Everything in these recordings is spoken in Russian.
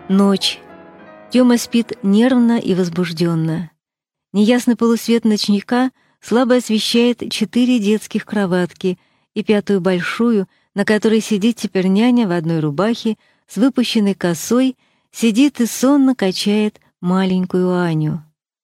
Ночь. Тёма спит нервно и возбужденно. Неясный полусвет ночника слабо освещает 4 детских кроватки и 5-ю большую, на которой сидит теперь няня в одной рубахе с выпущенной косой, сидит и сонно качает маленькую Аню.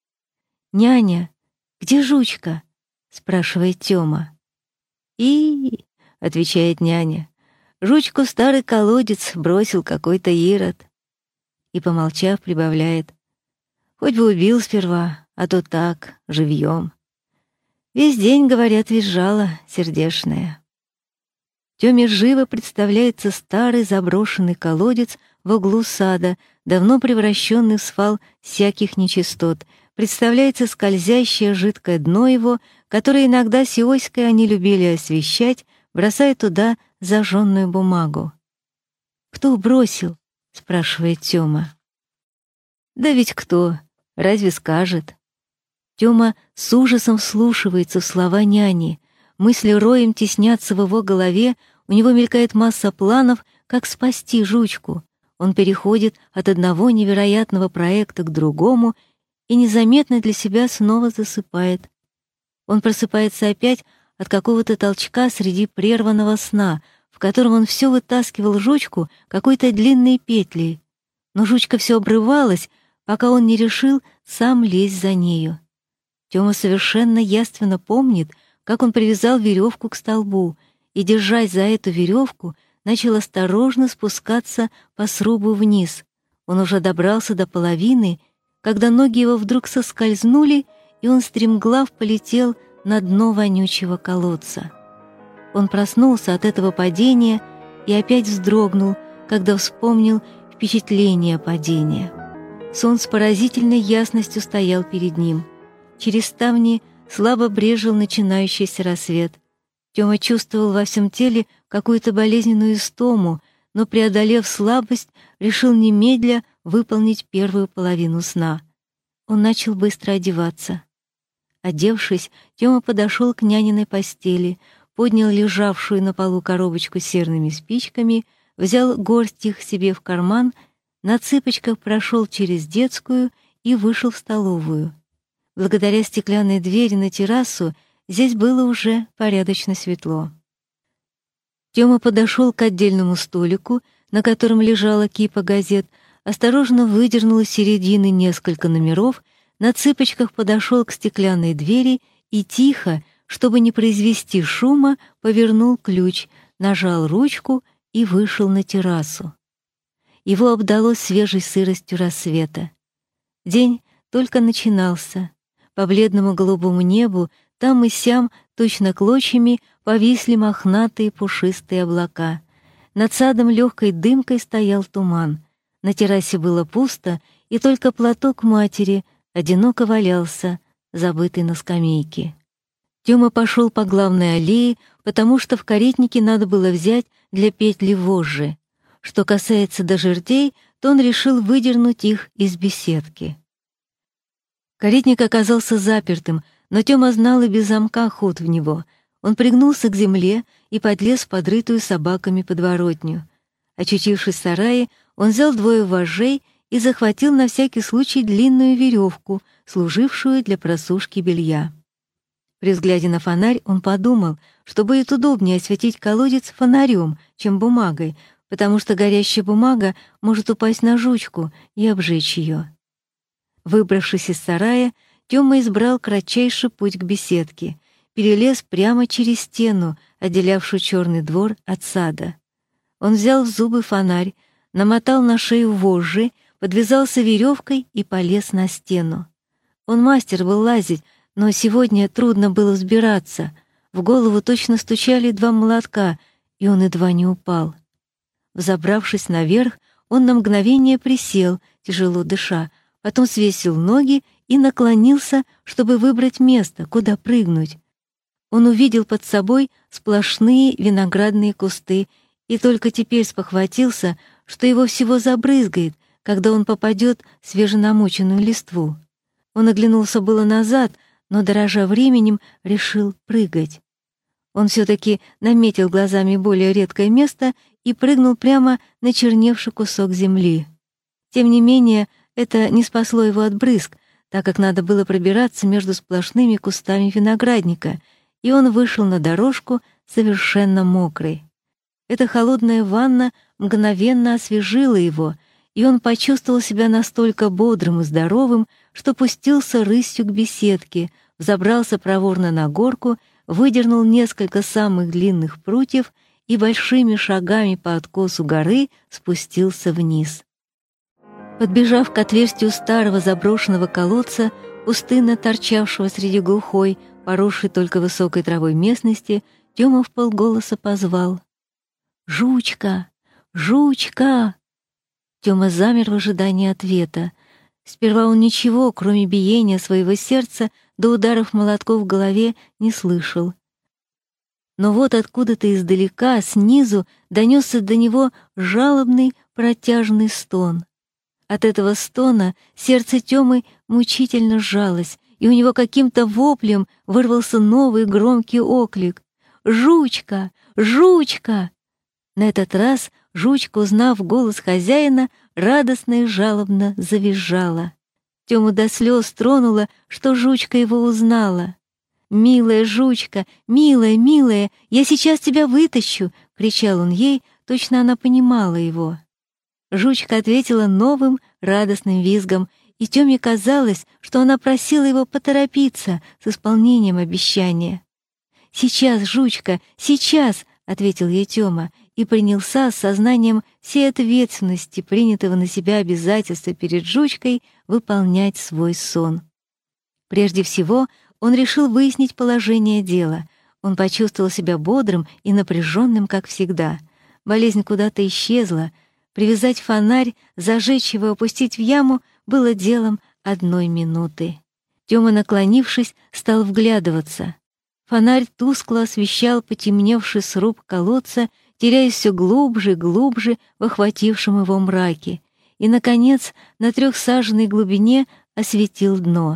«Няня, где жучка?» — спрашивает Тёма. «И...» — отвечает няня. «Жучку в старый колодец бросил какой-то ирод». И, помолчав, прибавляет: «Хоть бы убил сперва, а то так, живьем. Весь день, говорят, визжала сердешная». Тёме живо представляется старый заброшенный колодец в углу сада, давно превращенный в свал всяких нечистот. Представляется скользящее жидкое дно его, которое иногда с Иоськой они любили освещать, бросая туда зажженную бумагу. «Кто бросил?» — спрашивает Тёма. «Да ведь кто? Разве скажет?» Тёма с ужасом вслушивается в слова няни. Мысли роем теснятся в его голове, у него мелькает масса планов, как спасти жучку. Он переходит от одного невероятного проекта к другому и незаметно для себя снова засыпает. Он просыпается опять от какого-то толчка среди прерванного сна, в котором он все вытаскивал жучку какой-то длинной петлей. Но жучка все обрывалась, пока он не решил сам лезть за нею. Тёма совершенно яственно помнит, как он привязал веревку к столбу и, держась за эту веревку, начал осторожно спускаться по срубу вниз. Он уже добрался до половины, когда ноги его вдруг соскользнули, и он стремглав полетел на дно вонючего колодца. Он проснулся от этого падения и опять вздрогнул, когда вспомнил впечатление падения. Сон с поразительной ясностью стоял перед ним. Через ставни слабо брезжил начинающийся рассвет. Тёма чувствовал во всем теле какую-то болезненную истому, но, преодолев слабость, решил немедля выполнить первую половину сна. Он начал быстро одеваться. Одевшись, Тёма подошел к няниной постели, поднял лежавшую на полу коробочку с серными спичками, взял горсть их себе в карман, на цыпочках прошел через детскую и вышел в столовую. Благодаря стеклянной двери на террасу здесь было уже порядочно светло. Тёма подошел к отдельному столику, на котором лежала кипа газет, осторожно выдернул из середины несколько номеров, на цыпочках подошел к стеклянной двери и тихо, чтобы не произвести шума, повернул ключ, нажал ручку и вышел на террасу. Его обдало свежей сыростью рассвета. День только начинался. По бледному голубому небу там и сям, точно клочьями, повисли мохнатые пушистые облака. Над садом легкой дымкой стоял туман. На террасе было пусто, и только платок матери одиноко валялся, забытый на скамейке. Тёма пошел по главной аллее, потому что в каретнике надо было взять для петли вожжи. Что касается до жердей, то он решил выдернуть их из беседки. Каретник оказался запертым, но Тёма знал и без замка ход в него. Он пригнулся к земле и подлез в подрытую собаками подворотню. Очутившись в сарае, он взял 2 вожжей и захватил на всякий случай длинную веревку, служившую для просушки белья. При взгляде на фонарь он подумал, что будет удобнее осветить колодец фонарем, чем бумагой, потому что горящая бумага может упасть на жучку и обжечь ее. Выбравшись из сарая, Тёма избрал кратчайший путь к беседке, перелез прямо через стену, отделявшую черный двор от сада. Он взял в зубы фонарь, намотал на шею вожжи, подвязался веревкой и полез на стену. Он мастер был лазить, но сегодня трудно было взбираться. В голову точно стучали 2 молотка, и он едва не упал. Взобравшись наверх, он на мгновение присел, тяжело дыша, потом свесил ноги и наклонился, чтобы выбрать место, куда прыгнуть. Он увидел под собой сплошные виноградные кусты и только теперь спохватился, что его всего забрызгает, когда он попадет в свеженамоченную листву. Он оглянулся было назад, но, дорожа временем, решил прыгать. Он все-таки наметил глазами более редкое место и прыгнул прямо на черневший кусок земли. Тем не менее, это не спасло его от брызг, так как надо было пробираться между сплошными кустами виноградника, и он вышел на дорожку совершенно мокрый. Эта холодная ванна мгновенно освежила его, и он почувствовал себя настолько бодрым и здоровым, что пустился рысью к беседке, взобрался проворно на горку, выдернул несколько самых длинных прутьев и большими шагами по откосу горы спустился вниз. Подбежав к отверстию старого заброшенного колодца, пустынно торчавшего среди глухой, поросшей только высокой травой местности, Тёма вполголоса позвал: «Жучка! Жучка!» Тёма замер в ожидании ответа. Сперва он ничего, кроме биения своего сердца до ударов молотков в голове, не слышал. Но вот откуда-то издалека, снизу, донесся до него жалобный протяжный стон. От этого стона сердце Тёмы мучительно сжалось, и у него каким-то воплем вырвался новый громкий оклик: «Жучка! Жучка!» На этот раз жучка, узнав голос хозяина, радостно и жалобно завизжала. Тёму до слез тронуло, что жучка его узнала. «Милая жучка, милая, милая, я сейчас тебя вытащу!» — кричал он ей, точно она понимала его. Жучка ответила новым радостным визгом, и Тёме казалось, что она просила его поторопиться с исполнением обещания. «Сейчас, жучка, сейчас!» — ответил ей Тёма, и принялся с сознанием всей ответственности, принятого на себя обязательства перед жучкой, выполнять свой сон. Прежде всего, он решил выяснить положение дела. Он почувствовал себя бодрым и напряженным, как всегда. Болезнь куда-то исчезла. Привязать фонарь, зажечь его и опустить в яму было делом 1 минуты. Тёма, наклонившись, стал вглядываться. Фонарь тускло освещал потемневший сруб колодца, теряясь все глубже и глубже в охватившем его мраке, и, наконец, на 3-саженной глубине осветил дно.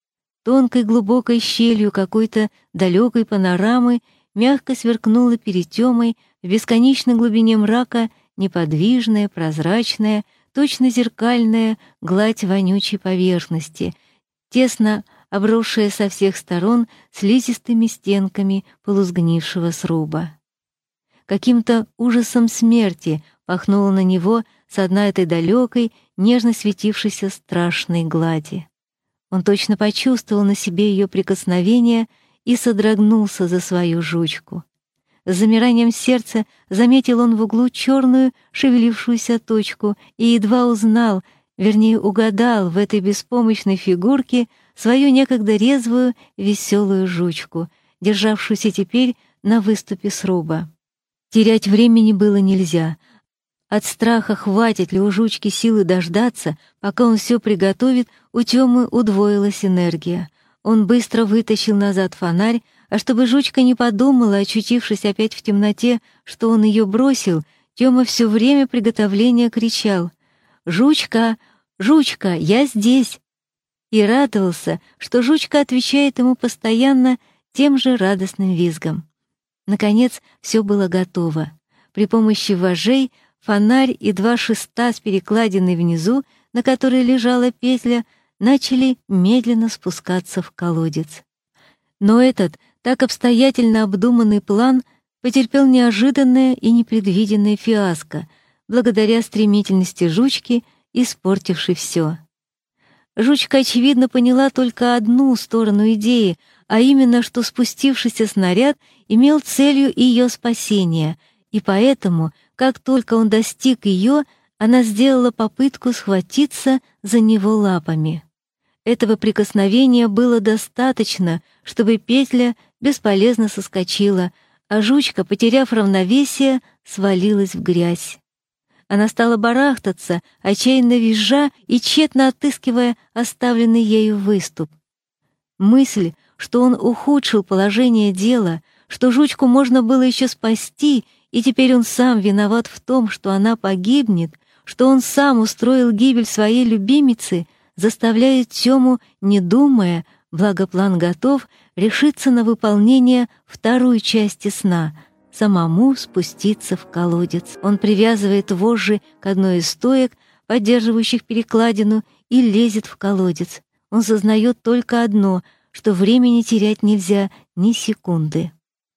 Тонкой глубокой щелью какой-то далекой панорамы мягко сверкнула перед Тёмой в бесконечной глубине мрака неподвижная, прозрачная, точно зеркальная гладь вонючей поверхности, тесно обросшая со всех сторон слизистыми стенками полусгнившего сруба. Каким-то ужасом смерти пахнуло на него со дна этой далекой, нежно светившейся страшной глади. Он точно почувствовал на себе ее прикосновение и содрогнулся за свою жучку. С замиранием сердца заметил он в углу черную шевелившуюся точку и едва узнал, вернее угадал в этой беспомощной фигурке свою некогда резвую, веселую жучку, державшуюся теперь на выступе сруба. Терять времени было нельзя. От страха, хватит ли у жучки силы дождаться, пока он все приготовит, у Тёмы удвоилась энергия. Он быстро вытащил назад фонарь, а чтобы жучка не подумала, очутившись опять в темноте, что он ее бросил, Тёма все время приготовления кричал: «Жучка! Жучка! Я здесь!» И радовался, что жучка отвечает ему постоянно тем же радостным визгом. Наконец, все было готово. При помощи вожжей фонарь и 2 шеста с перекладиной внизу, на которой лежала петля, начали медленно спускаться в колодец. Но этот так обстоятельно обдуманный план потерпел неожиданное и непредвиденное фиаско, благодаря стремительности жучки, испортившей все. Жучка, очевидно, поняла только одну сторону идеи, а именно, что спустившийся снаряд имел целью ее спасение, и поэтому, как только он достиг ее, она сделала попытку схватиться за него лапами. Этого прикосновения было достаточно, чтобы петля бесполезно соскочила, а жучка, потеряв равновесие, свалилась в грязь. Она стала барахтаться, отчаянно визжа и тщетно отыскивая оставленный ею выступ. Мысль, что он ухудшил положение дела, что жучку можно было еще спасти, и теперь он сам виноват в том, что она погибнет, что он сам устроил гибель своей любимицы, заставляет Тёму, не думая, благо план готов, решиться на выполнение 2-й части сна — самому спуститься в колодец. Он привязывает вожжи к одной из стоек, поддерживающих перекладину, и лезет в колодец. Он сознает только одно, что времени терять нельзя ни секунды.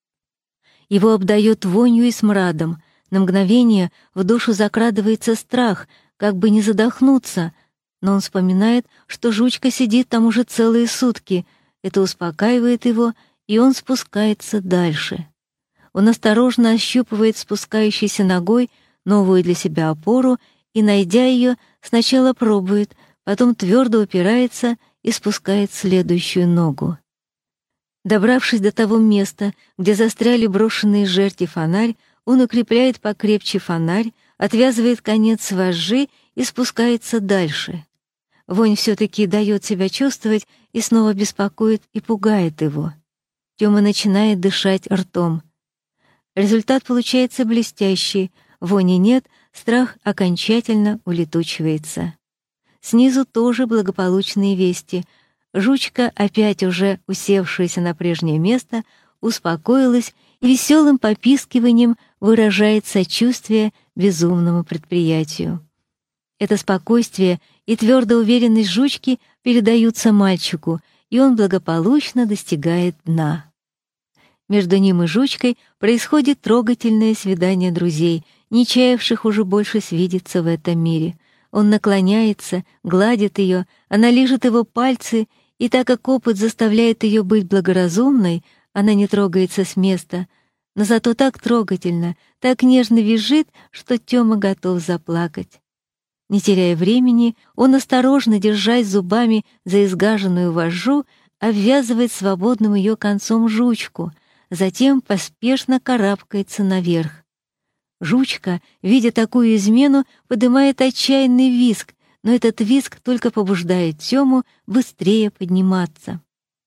Его обдает вонью и смрадом. На мгновение в душу закрадывается страх, как бы не задохнуться, но он вспоминает, что жучка сидит там уже целые сутки. Это успокаивает его, и он спускается дальше. Он осторожно ощупывает спускающейся ногой новую для себя опору и, найдя ее, сначала пробует, потом твердо упирается и спускает следующую ногу. Добравшись до того места, где застряли брошенные жерди фонарь, он укрепляет покрепче фонарь, отвязывает конец вожжи и спускается дальше. Вонь все-таки дает себя чувствовать и снова беспокоит и пугает его. Тёма начинает дышать ртом. Результат получается блестящий, вони нет, страх окончательно улетучивается. Снизу тоже благополучные вести. Жучка, опять уже усевшаяся на прежнее место, успокоилась и веселым попискиванием выражает сочувствие безумному предприятию. Это спокойствие и твердая уверенность жучки передаются мальчику, и он благополучно достигает дна. Между ним и жучкой происходит трогательное свидание друзей, не чаявших уже больше свидеться в этом мире. Он наклоняется, гладит ее, она лижет его пальцы, и так как опыт заставляет ее быть благоразумной, она не трогается с места, но зато так трогательно, так нежно визжит, что Тёма готов заплакать. Не теряя времени, он, осторожно держась зубами за изгаженную вожжу, обвязывает свободным ее концом жучку, затем поспешно карабкается наверх. Жучка, видя такую измену, поднимает отчаянный визг, но этот визг только побуждает Тёму быстрее подниматься.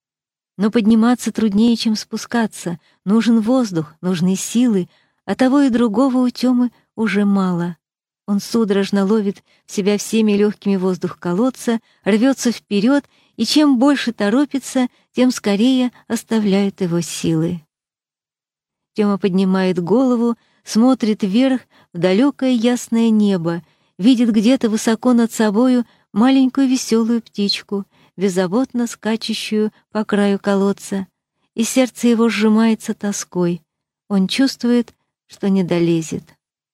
Но подниматься труднее, чем спускаться. Нужен воздух, нужны силы, а того и другого у Тёмы уже мало. Он судорожно ловит в себя всеми легкими воздух колодца, рвется вперед, и чем больше торопится, тем скорее оставляют его силы. Тёма поднимает голову, смотрит вверх в далекое ясное небо, видит где-то высоко над собою маленькую веселую птичку, беззаботно скачущую по краю колодца, и сердце его сжимается тоской. Он чувствует, что не долезет.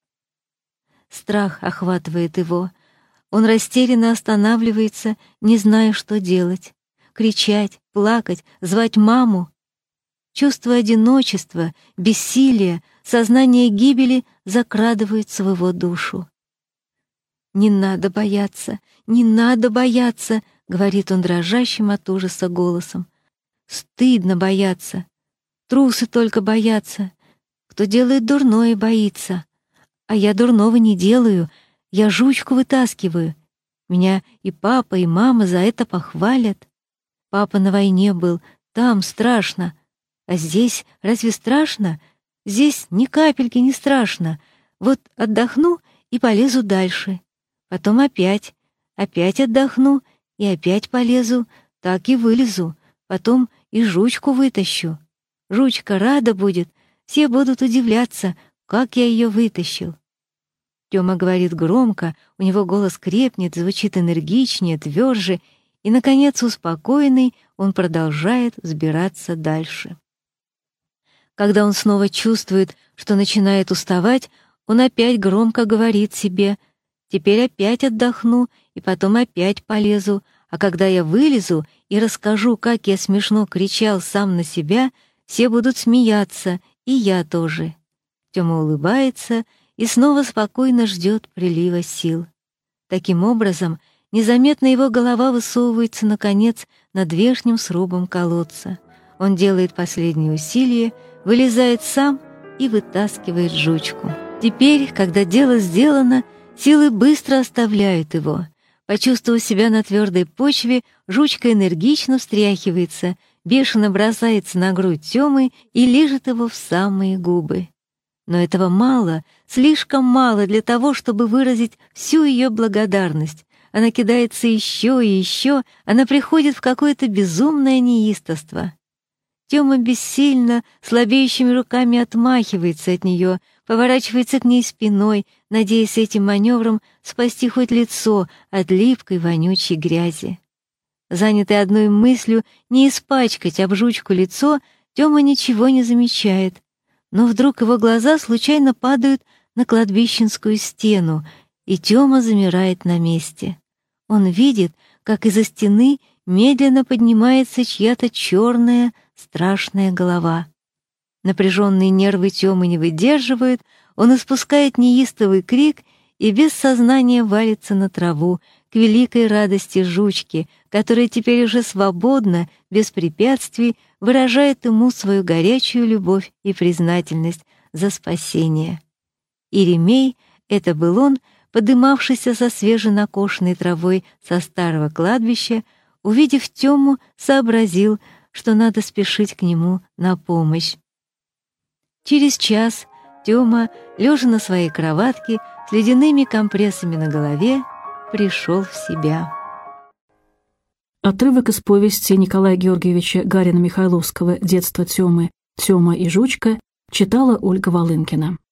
Страх охватывает его. Он растерянно останавливается, не зная, что делать. Кричать, плакать, звать маму. Чувство одиночества, бессилия, сознание гибели закрадывается в его душу. «Не надо бояться, не надо бояться», — говорит он дрожащим от ужаса голосом. «Стыдно бояться. Трусы только боятся. Кто делает дурное, боится. А я дурного не делаю, я жучку вытаскиваю. Меня и папа, и мама за это похвалят. Папа на войне был, там страшно. А здесь разве страшно? Здесь ни капельки не страшно. Вот отдохну и полезу дальше. Потом опять отдохну и опять полезу, так и вылезу. Потом и жучку вытащу. Жучка рада будет, все будут удивляться, как я ее вытащил». Тёма говорит громко, у него голос крепнет, звучит энергичнее, тверже, и, наконец, успокоенный, он продолжает взбираться дальше. Когда он снова чувствует, что начинает уставать, он опять громко говорит себе: «Теперь опять отдохну, и потом опять полезу, а когда я вылезу и расскажу, как я смешно кричал сам на себя, все будут смеяться, и я тоже». Тёма улыбается и снова спокойно ждет прилива сил. Таким образом, незаметно его голова высовывается, наконец, над верхним срубом колодца. Он делает последние усилия, вылезает сам и вытаскивает жучку. Теперь, когда дело сделано, силы быстро оставляют его. Почувствовав себя на твердой почве, жучка энергично встряхивается, бешено бросается на грудь Тёмы и лижет его в самые губы. Но этого мало, слишком мало для того, чтобы выразить всю ее благодарность. Она кидается еще и еще, она приходит в какое-то безумное неистовство. Тёма бессильно, слабеющими руками отмахивается от нее, поворачивается к ней спиной, надеясь этим маневром спасти хоть лицо от липкой вонючей грязи. Занятый одной мыслью не испачкать об жучку лицо, Тёма ничего не замечает, но вдруг его глаза случайно падают на кладбищенскую стену, и Тёма замирает на месте. Он видит, как из-за стены медленно поднимается чья-то черная, страшная голова. Напряженные нервы Тёмы не выдерживают, он испускает неистовый крик и без сознания валится на траву, к великой радости жучки, которая теперь уже свободно, без препятствий, выражает ему свою горячую любовь и признательность за спасение. Иеремей — это был он, подымавшийся со свеженакошенной травой со старого кладбища, увидев Тёму, сообразил, что надо спешить к нему на помощь. Через час Тёма, лежа на своей кроватке с ледяными компрессами на голове, пришел в себя. Отрывок из повести Николая Георгиевича Гарина-Михайловского «Детство Тёмы. Тёма и жучка» читала Ольга Волынкина.